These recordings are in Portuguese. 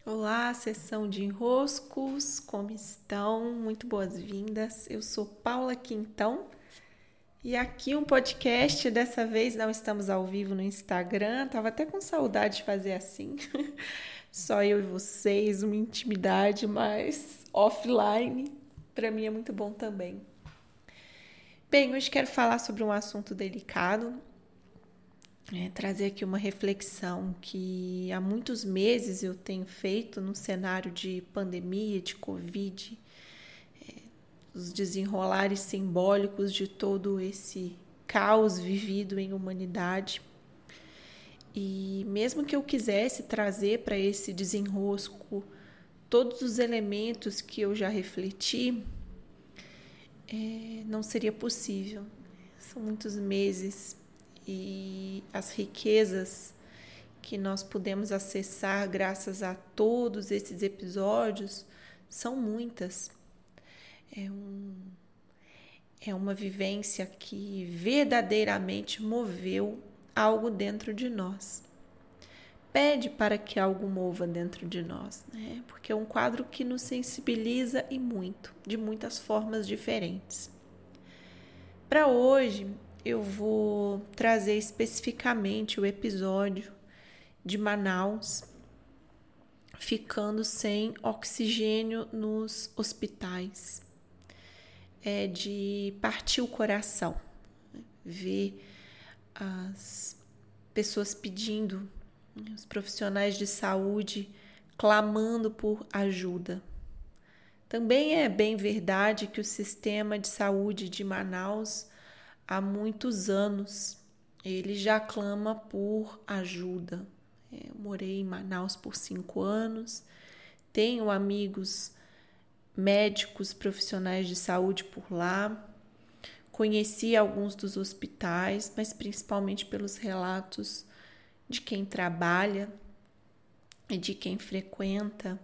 Olá, sessão de enroscos, como estão? Muito boas-vindas. Eu sou Paula Quintão e aqui um podcast. Dessa vez não estamos ao vivo no Instagram, tava até com saudade de fazer assim. Só eu e vocês, uma intimidade, mas offline, para mim é muito bom também. Bem, hoje quero falar sobre um assunto delicado. Trazer aqui uma reflexão que há muitos meses eu tenho feito no cenário de pandemia, de Covid, os desenrolares simbólicos de todo esse caos vivido em humanidade. E mesmo que eu quisesse trazer para esse desenrosco todos os elementos que eu já refleti, não seria possível. São muitos meses e as riquezas que nós podemos acessar graças a todos esses episódios são muitas. É uma vivência que verdadeiramente moveu algo dentro de nós. Pede para que algo mova dentro de nós, né? Porque é um quadro que nos sensibiliza e muito, de muitas formas diferentes. Para hoje, eu vou trazer especificamente o episódio de Manaus ficando sem oxigênio nos hospitais. É de partir o coração, ver as pessoas pedindo, os profissionais de saúde clamando por ajuda. Também é bem verdade que o sistema de saúde de Manaus, há muitos anos, ele já clama por ajuda. Eu morei em Manaus por 5 anos, tenho amigos médicos, profissionais de saúde por lá, conheci alguns dos hospitais, mas principalmente pelos relatos de quem trabalha e de quem frequenta.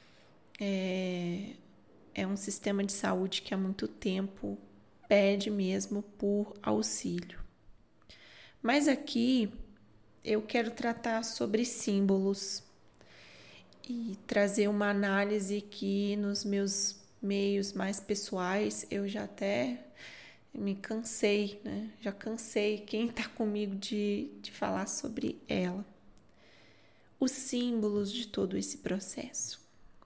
É um sistema de saúde que há muito tempo pede mesmo por auxílio. Mas aqui eu quero tratar sobre símbolos e trazer uma análise que nos meus meios mais pessoais eu já até me cansei, né? Já cansei quem está comigo de falar sobre ela. Os símbolos de todo esse processo.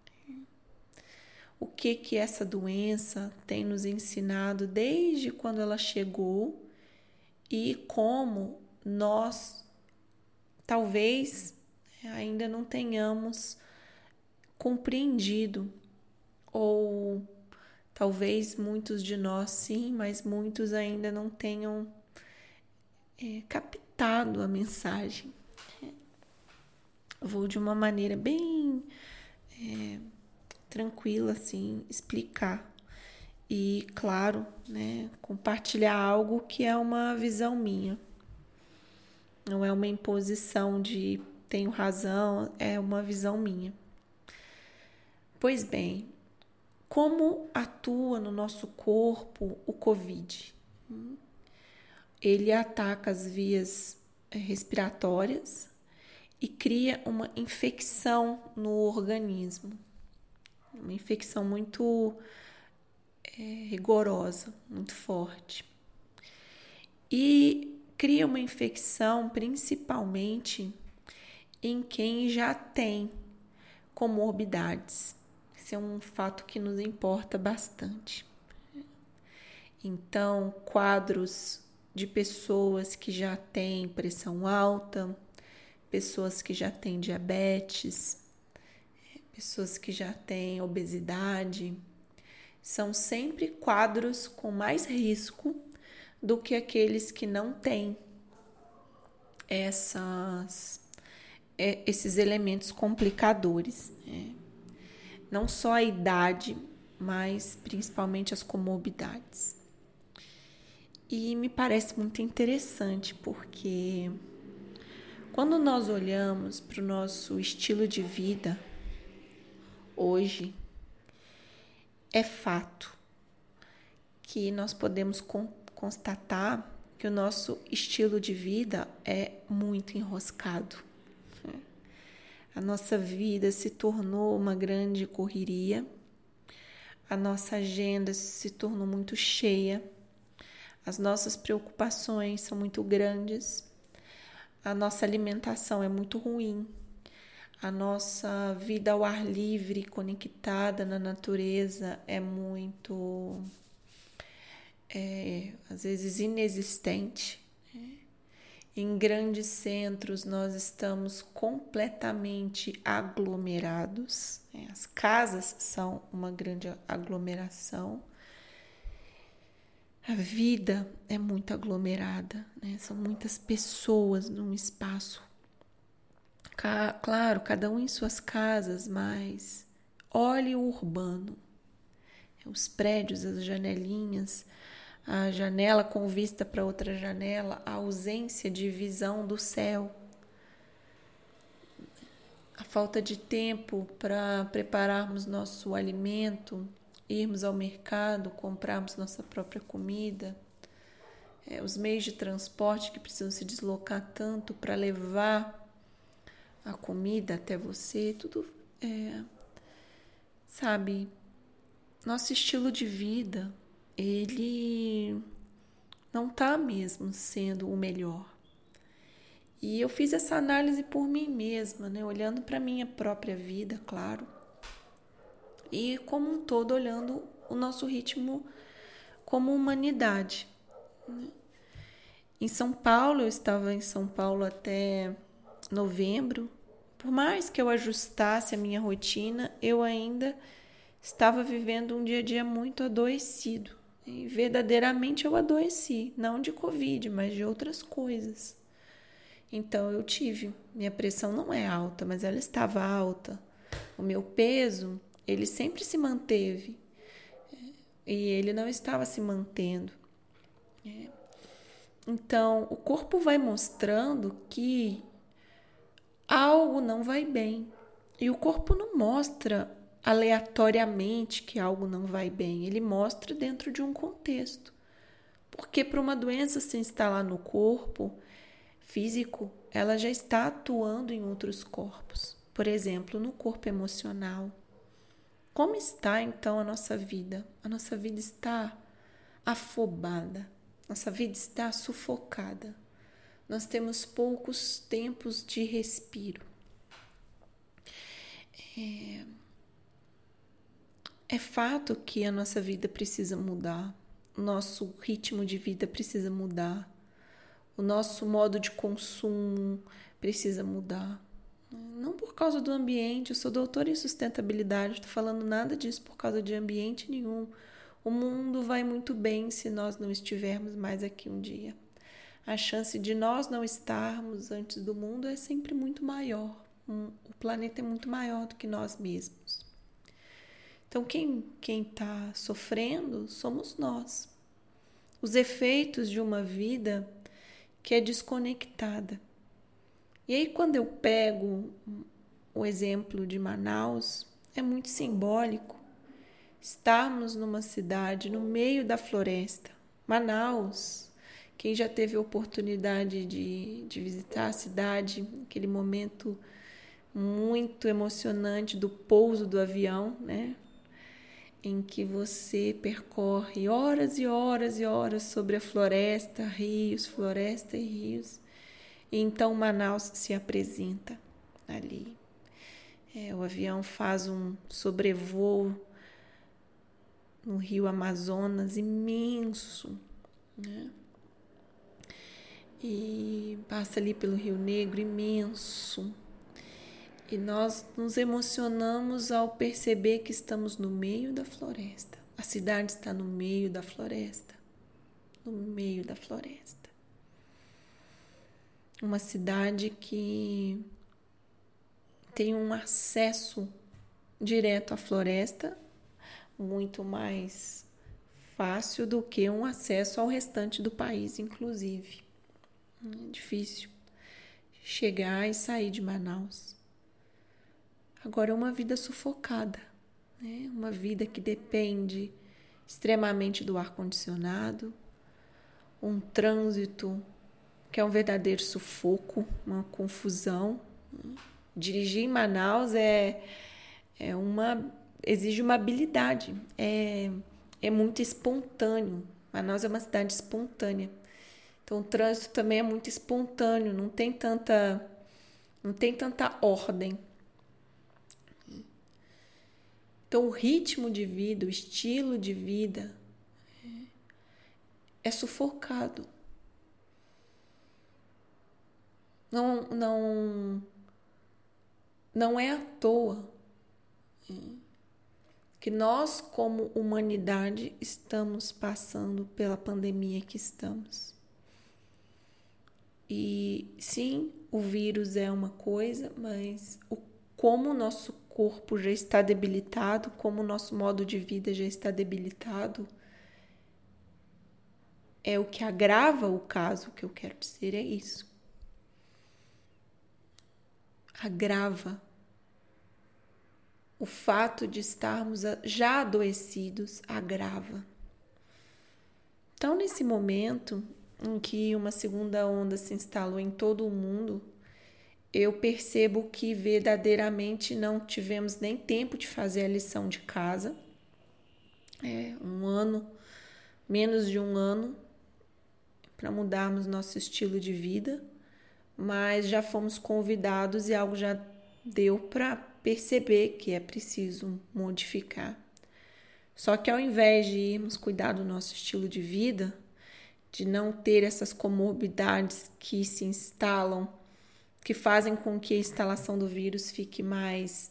O que essa doença tem nos ensinado desde quando ela chegou e como nós talvez ainda não tenhamos compreendido, ou talvez muitos de nós sim, mas muitos ainda não tenham captado a mensagem. Vou de uma maneira bem tranquila assim explicar e, claro, né, compartilhar algo que é uma visão minha. Não é uma imposição de tenho razão, é uma visão minha. Pois bem, como atua no nosso corpo o Covid? Ele ataca as vias respiratórias e cria uma infecção no organismo. Uma infecção muito rigorosa, muito forte. E cria uma infecção principalmente em quem já tem comorbidades. Esse é um fato que nos importa bastante. Então, quadros de pessoas que já têm pressão alta, pessoas que já têm diabetes, pessoas que já têm obesidade, são sempre quadros com mais risco do que aqueles que não têm esses elementos complicadores. Não só a idade, mas principalmente as comorbidades. E me parece muito interessante porque quando nós olhamos para o nosso estilo de vida hoje, é fato que nós podemos constatar que o nosso estilo de vida é muito enroscado. A nossa vida se tornou uma grande correria, a nossa agenda se tornou muito cheia, as nossas preocupações são muito grandes, a nossa alimentação é muito ruim, a nossa vida ao ar livre, conectada na natureza, é muito, às vezes, inexistente. Em grandes centros, nós estamos completamente aglomerados. As casas são uma grande aglomeração. A vida é muito aglomerada, né? São muitas pessoas num espaço. Claro, cada um em suas casas, mas olhe o urbano. Os prédios, as janelinhas, a janela com vista para outra janela, a ausência de visão do céu, a falta de tempo para prepararmos nosso alimento, irmos ao mercado, comprarmos nossa própria comida, os meios de transporte que precisam se deslocar tanto para levar a comida até você, tudo, sabe, nosso estilo de vida, ele não está mesmo sendo o melhor. E eu fiz essa análise por mim mesma, né? Olhando para a minha própria vida, claro. E como um todo, olhando o nosso ritmo como humanidade. Né? Em São Paulo, eu estava em São Paulo até novembro. Por mais que eu ajustasse a minha rotina, eu ainda estava vivendo um dia a dia muito adoecido. E verdadeiramente eu adoeci, não de Covid, mas de outras coisas. Então eu tive, minha pressão não é alta, mas ela estava alta. O meu peso, ele sempre se manteve e ele não estava se mantendo. Então o corpo vai mostrando que algo não vai bem. E o corpo não mostra aleatoriamente que algo não vai bem, ele mostra dentro de um contexto. Porque para uma doença se instalar no corpo físico, ela já está atuando em outros corpos. Por exemplo, no corpo emocional. Como está então a nossa vida? A nossa vida está afobada, nossa vida está sufocada. Nós temos poucos tempos de respiro. É fato que a nossa vida precisa mudar, o nosso ritmo de vida precisa mudar, o nosso modo de consumo precisa mudar. Não por causa do ambiente, eu sou doutora em sustentabilidade, não estou falando nada disso por causa de ambiente nenhum. O mundo vai muito bem se nós não estivermos mais aqui um dia. A chance de nós não estarmos antes do mundo é sempre muito maior. O planeta é muito maior do que nós mesmos. Então, quem está sofrendo somos nós. Os efeitos de uma vida que é desconectada. E aí, quando eu pego o exemplo de Manaus, é muito simbólico estarmos numa cidade no meio da floresta. Manaus, quem já teve a oportunidade de visitar a cidade, aquele momento muito emocionante do pouso do avião, né? Em que você percorre horas e horas e horas sobre a floresta e rios. E então Manaus se apresenta ali. O avião faz um sobrevoo no rio Amazonas imenso, né? E passa ali pelo Rio Negro imenso. E nós nos emocionamos ao perceber que estamos no meio da floresta. A cidade está no meio da floresta. No meio da floresta. Uma cidade que tem um acesso direto à floresta muito mais fácil do que um acesso ao restante do país, inclusive. É difícil chegar e sair de Manaus. Agora é uma vida sufocada, né? Uma vida que depende extremamente do ar-condicionado, um trânsito que é um verdadeiro sufoco, uma confusão, né? Dirigir em Manaus exige uma habilidade, é muito espontâneo. Manaus é uma cidade espontânea. Então o trânsito também é muito espontâneo, não tem tanta ordem. Então o ritmo de vida, o estilo de vida é sufocado. Não é à toa que nós, como humanidade, estamos passando pela pandemia que estamos. E sim, o vírus é uma coisa, mas como o nosso corpo já está debilitado, como o nosso modo de vida já está debilitado, é o que agrava o caso. O que eu quero dizer é isso. Agrava. O fato de estarmos já adoecidos agrava. Então, nesse momento em que uma segunda onda se instalou em todo o mundo, eu percebo que verdadeiramente não tivemos nem tempo de fazer a lição de casa. Menos de um ano para mudarmos nosso estilo de vida, mas já fomos convidados e algo já deu para perceber que é preciso modificar. Só que ao invés de irmos cuidar do nosso estilo de vida, de não ter essas comorbidades que se instalam, que fazem com que a instalação do vírus fique mais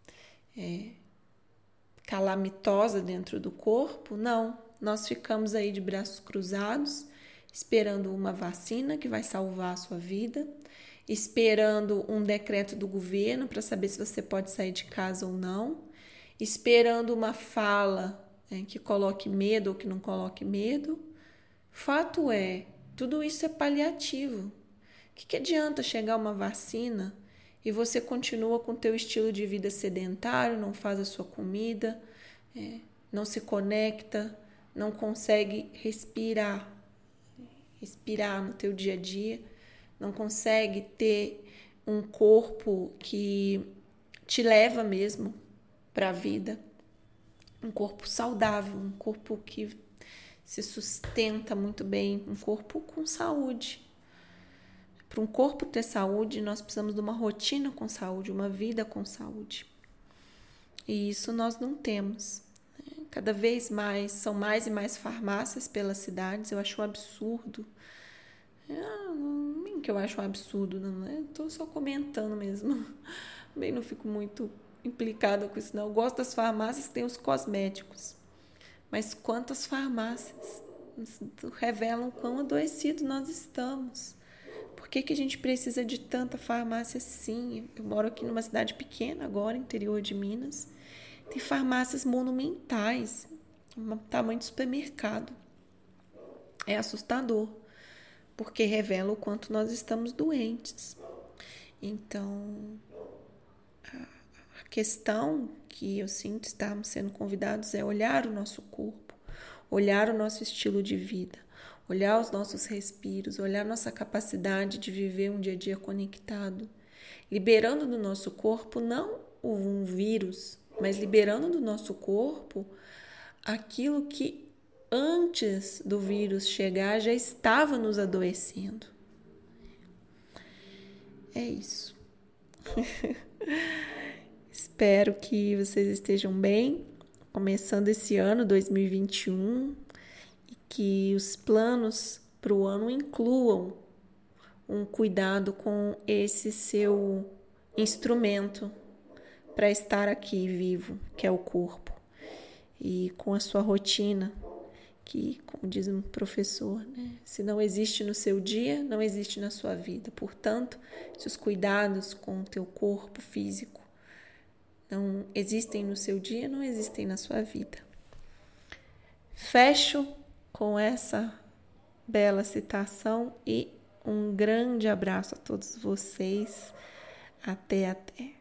calamitosa dentro do corpo, não. Nós ficamos aí de braços cruzados, esperando uma vacina que vai salvar a sua vida, esperando um decreto do governo para saber se você pode sair de casa ou não, esperando uma fala que coloque medo ou que não coloque medo. Fato é, tudo isso é paliativo. O que adianta chegar uma vacina e você continua com o teu estilo de vida sedentário, não faz a sua comida, não se conecta, não consegue respirar no teu dia a dia, não consegue ter um corpo que te leva mesmo para a vida, um corpo saudável, um corpo que se sustenta muito bem, um corpo com saúde. Para um corpo ter saúde, nós precisamos de uma rotina com saúde, uma vida com saúde. E isso nós não temos. Cada vez mais, são mais e mais farmácias pelas cidades. Eu acho um absurdo. Nem que eu acho um absurdo, não é? Estou só comentando mesmo. Também não fico muito implicada com isso, não. Eu gosto das farmácias que tem os cosméticos. Mas quantas farmácias revelam quão adoecidos nós estamos? Por que a gente precisa de tanta farmácia assim? Eu moro aqui numa cidade pequena agora, interior de Minas. Tem farmácias monumentais, tamanho de supermercado. É assustador, porque revela o quanto nós estamos doentes. Então, a questão que eu sinto estarmos sendo convidados é olhar o nosso corpo, olhar o nosso estilo de vida, olhar os nossos respiros, olhar nossa capacidade de viver um dia a dia conectado, liberando do nosso corpo não um vírus, mas liberando do nosso corpo aquilo que antes do vírus chegar já estava nos adoecendo. É isso. Espero que vocês estejam bem, começando esse ano 2021, e que os planos para o ano incluam um cuidado com esse seu instrumento para estar aqui vivo, que é o corpo, e com a sua rotina, que, como diz um professor, se não existe no seu dia, não existe na sua vida. Portanto, se os cuidados com o teu corpo físico não existem no seu dia, não existem na sua vida. Fecho com essa bela citação e um grande abraço a todos vocês. Até.